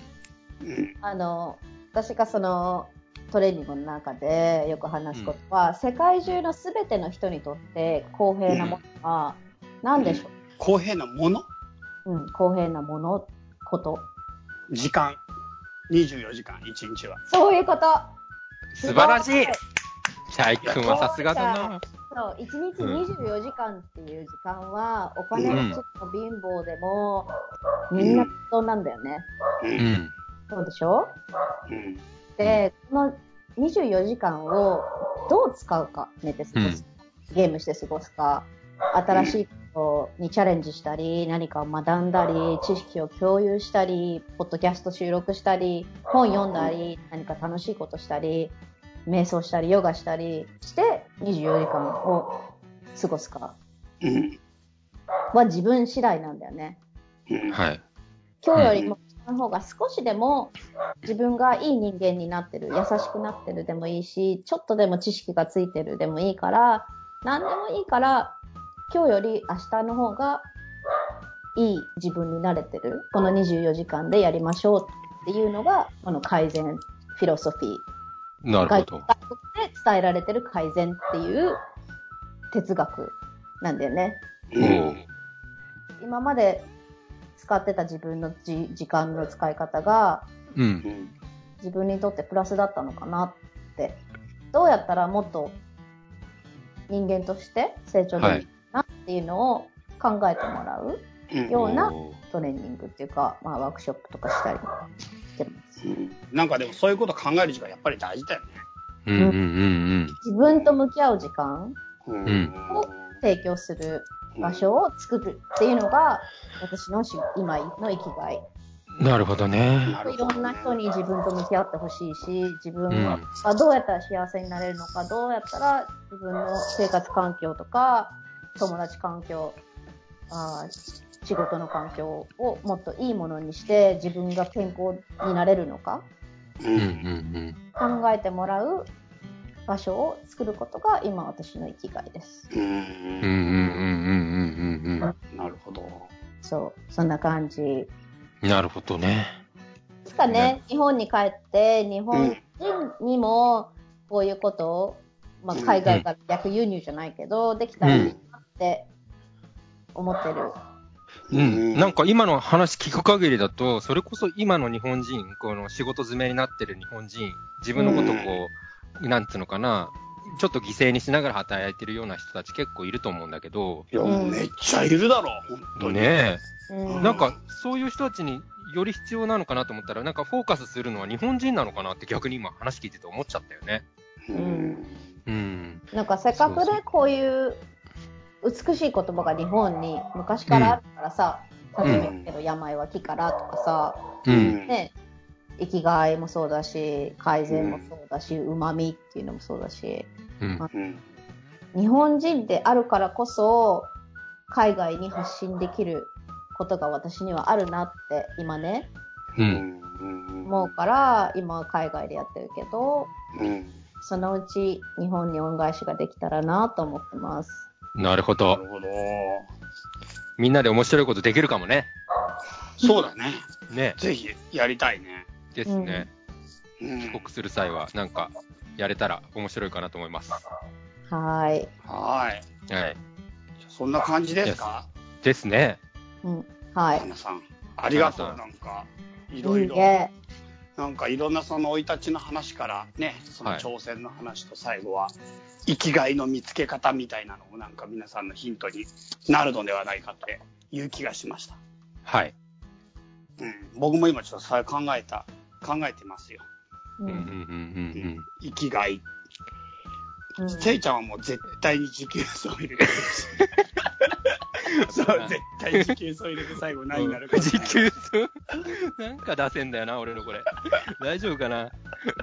私がそのトレーニングの中でよく話すことは、世界中のすべての人にとって公平なものは何でしょう？ 公平なもの？ 公平なもの、こと。 時間。24時間、1日は。 そういうこと。 素晴らしい。チャイ君はさすがだな。 そう、1日24時間っていう時間は、お金持ちの貧乏でも、みんな必要なんだよね。そうでしょ？で、この24時間をどう使うか、寝て過ごす、ゲームして過ごすか、新しいことにチャレンジしたり、何かを学んだり、知識を共有したり、ポッドキャスト収録したり、本読んだり、何か楽しいことしたり、瞑想したり、ヨガしたりして24時間を過ごすかは自分次第なんだよね。 はい。 今日よりもの方が少しでも自分がいい人間になってる、優しくなってるでもいいし、ちょっとでも知識がついてるでもいいから、何でもいいから、今日より明日の方がいい自分になれてる。この24時間でやりましょうっていうのが、この改善フィロソフィー。 なるほど。 外国で伝えられてる改善っていう哲学なんだよね。今まで使ってた自分の時間の使い方が、自分にとってプラスだったのかなって。どうやったらもっと人間として成長できるなっていうのを考えてもらうようなトレーニングっていうか、まあワークショップとかしたりしてます。 なんかでもそういうこと考える時間やっぱり大事だよね。自分と向き合う時間を提供する場所を作るっていうのが私の今の生きがい。 なるほどね。 いろんな人に自分と向き合ってほしいし、自分がどうやったら幸せになれるのか、どうやったら自分の生活環境とか友達環境、仕事の環境をもっといいものにして自分が健康になれるのか、考えてもらう場所を作ることが今私の生きがいです。 なるほど。 そう、そんな感じ。 なるほどね。 いつかね、日本に帰って日本人にもこういうことを、まあ、海外から逆輸入じゃないけど、できたらいいなって思ってる。 なんか今の話聞く限りだと、それこそ今の日本人、この仕事詰めになってる日本人、自分のことをこう、なんていうのかな、ちょっと犠牲にしながら働いてるような人たち結構いると思うんだけど。 いや、めっちゃいるだろ、本当に。 ねえ。なんか、そういう人たちにより必要なのかなと思ったら、なんかフォーカスするのは日本人なのかなって逆に今話聞いてて思っちゃったよね。 なんかせっかくね、こういう美しい言葉が日本に昔からあるからさ、例えば言うけど病は気からとかさ、ね、生きがいもそうだし、改善もそうだし、旨味っていうのもそうだし、日本人であるからこそ海外に発信できることが私にはあるなって今ね、思うから今は海外でやってるけど、そのうち日本に恩返しができたらなと思ってます。 なるほど。 なるほど。 みんなで面白いことできるかもね。 そうだね。 ね。 ぜひやりたいね。 ですね。帰国する際はなんかやれたら面白いかなと思います。 はい。 はい。そんな感じですか？ ですね。 はい。 花さん、ありがとう。なんかいろいろ。なんかいろんなその生い立ちの話からね、その挑戦の話と最後は生きがいの見つけ方みたいなのもなんか皆さんのヒントになるのではないかっていう気がしました。 はい。 僕も今ちょっとそれ考えてますよ。生きがい。せいちゃんはもう絶対に持久走入れるし。そう、絶対持久走入れて最後何になるか。 持久走なんか出せんだよな、俺のこれ。大丈夫かな。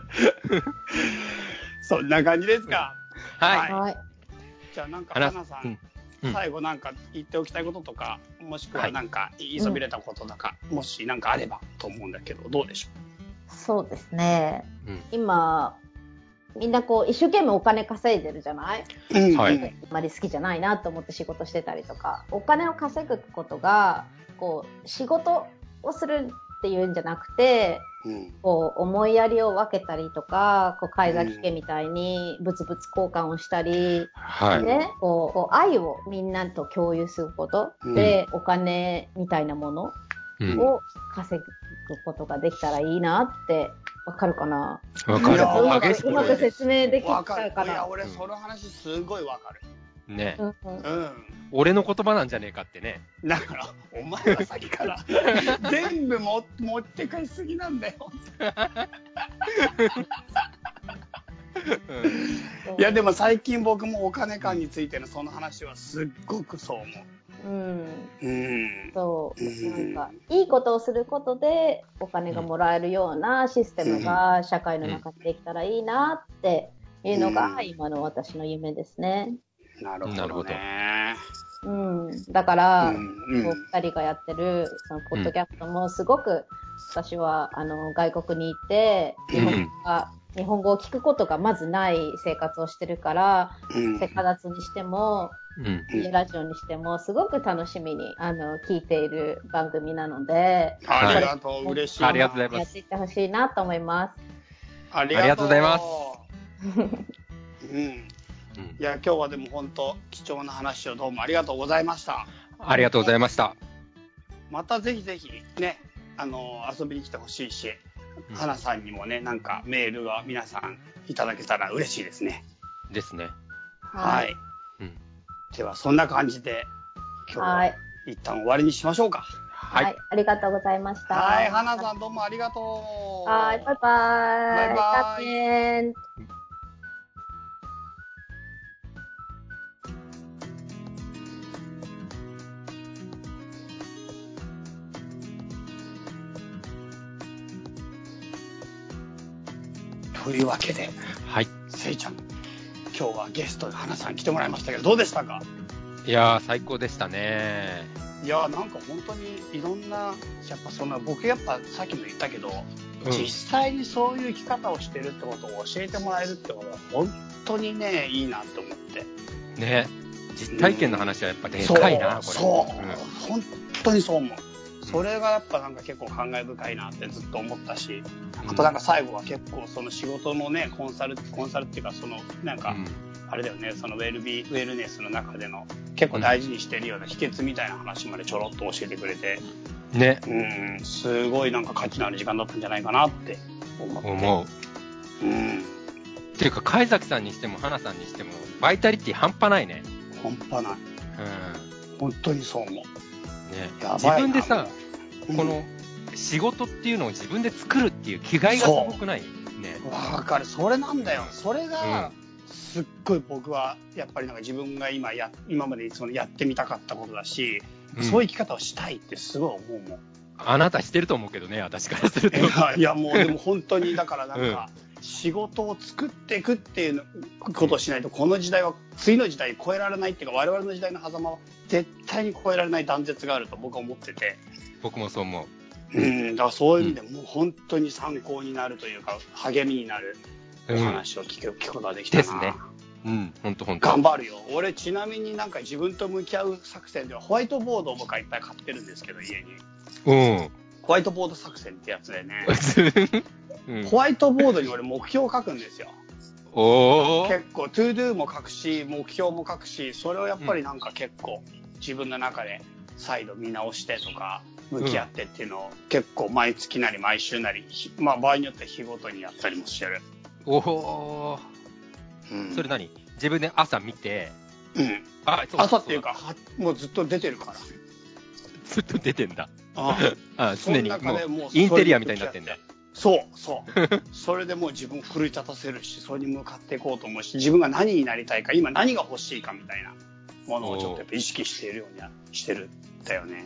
そんな感じですか。 はい。 じゃあなんか花さん、最後なんか言っておきたいこととか、もしくはなんか言いそびれたこととか、もしなんかあればと思うんだけど、どうでしょう。そうですね。今みんなこう一生懸命お金稼いでるじゃない？はい。あまり好きじゃないなと思って仕事してたりとか、お金を稼ぐことがこう仕事をするっていうんじゃなくて、こう思いやりを分けたりとか、こう貝崎家みたいに物々交換をしたり、ね、こう愛をみんなと共有することで、お金みたいなものを稼ぐことができたらいいなってわかるかな？ わかる。 うまく説明できたかな？ いや、俺その話すごいわかる。 ね。俺の言葉なんじゃねえかってね。 だから、お前は先から全部持って帰りすぎなんだよ。いや、でも最近僕もお金感についてのその話はすっごくそう思う。 そう。なんか、いいことをすることでお金がもらえるようなシステムが社会の中でできたらいいなっていうのが今の私の夢ですね。 なるほどね。 だから、2人がやってるそのポッドキャストもすごく私は外国に行って日本語を聞くことがまずない生活をしてるから、セカダツにしてもラジオにしてもすごく楽しみに聞いている番組なので、 ありがとう、嬉しい。 ありがとうございます。 やっていってほしいなと思います。 ありがとうございます。いや、今日はでも本当貴重な話をどうもありがとうございました。 ありがとうございました。 またぜひぜひね、遊びに来てほしいし、花さんにもね、なんかメールが皆さんいただけたら嬉しいですね。 ですね。 はい。ではそんな感じで今日は一旦終わりにしましょうか。 はい、ありがとうございました。 はい、花さんどうもありがとう。 はい、バイバイ。 バイバイ。というわけで、 はい、 せいちゃん、今日はゲストで花さん来てもらいましたけど、どうでしたか？ いやー、最高でしたね。 いやー、なんか本当にいろんな、やっぱ僕やっぱさっきも言ったけど、実際にそういう生き方をしてるってことを教えてもらえるってことは本当にね、いいなと思って。 ね、実体験の話はやっぱでかいな、これ。 そう、本当にそう思う。それがやっぱなんか結構感慨深いなってずっと思ったし、あとなんか最後は結構その仕事のね、コンサルっていうか、そのなんか、あれだよね、そのウェルネスの中での結構大事にしてるような秘訣みたいな話までちょろっと教えてくれて、 ね、 すごいなんか価値のある時間だったんじゃないかなって思う。 っていうか貝崎さんにしても花さんにしてもバイタリティ半端ないね。 半端ない。本当にそう思う。 ね、自分でさ、この仕事っていうのを自分で作るっていう気概がすごくない？ね。 わかる。それなんだよ。それが、すっごい僕はやっぱりなんか自分が今までそのやってみたかったことだし、そういう生き方をしたいってすごい思うもん。 あなたしてると思うけどね、私からすると。 いやもうでも本当にだからなんか、仕事を作っていくっていうことをしないと、この時代は次の時代超えられないっていうか、我々の時代の狭間は絶対に超えられない断絶があると僕は思ってて。 僕もそう思う。 だからそういう意味でもう本当に参考になるというか、励みになるお話を聞くことができたな。 ですね。 うん、ほんと。 頑張るよ。俺、ちなみになんか自分と向き合う作戦では、ホワイトボードを僕はいっぱい買ってるんですけど、家に。 うん。 ホワイトボード作戦ってやつでね。 うん、 ホワイトボードに俺目標を書くんですよ。結構、トゥードゥも書くし、目標も書くし、それをやっぱりなんか結構、自分の中で再度見直してとか、向き合ってっていうのを結構毎月なり毎週なり、まあ場合によっては日ごとにやったりもしてる。 それ何？自分で朝見て。 うん。朝っていうか、もうずっと出てるから。 ずっと出てんだ。常にもうインテリアみたいになってんだ。 そう。それでもう自分を奮い立たせるし、それに向かっていこうと思うし、自分が何になりたいか、今何が欲しいかみたいなものをちょっとやっぱ意識しているようにはしてるんだよね。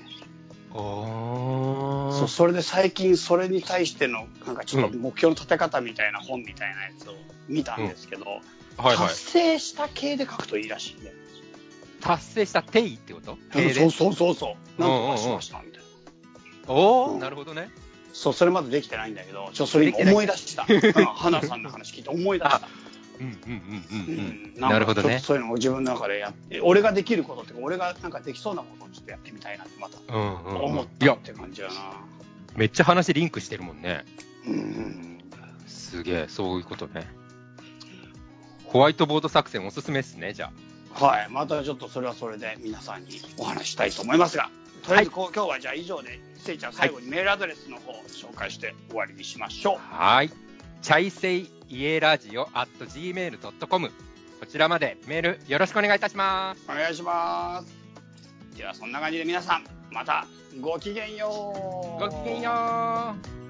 それで最近それに対してのなんかちょっと目標の立て方みたいな本みたいなやつを見たんですけど、達成した系で書くといいらしいんで。 達成した定義ってこと？ そう。なんとかしましたみたいな。 なるほどね。 そう、それまでできてないんだけど、それ今思い出した。花さんの話聞いて思い出した。 なるほどね。 そういうのを自分の中でやって、俺ができることっていうか、俺がなんかできそうなことをちょっとやってみたいなってまた思ったって感じだな。 めっちゃ話リンクしてるもんね。すげえ、そういうことね。ホワイトボード作戦おすすめですね、じゃあ。はい、またちょっとそれはそれで皆さんにお話したいと思いますが、とりあえず今日はじゃあ以上で、せいちゃん最後にメールアドレスの方を紹介して終わりにしましょう。 はい。チャイセイイエラジオ@gmail.com こちらまでメールよろしくお願いいたします。 お願いします。ではそんな感じで皆さんまたごきげんよう。 ごきげんよう。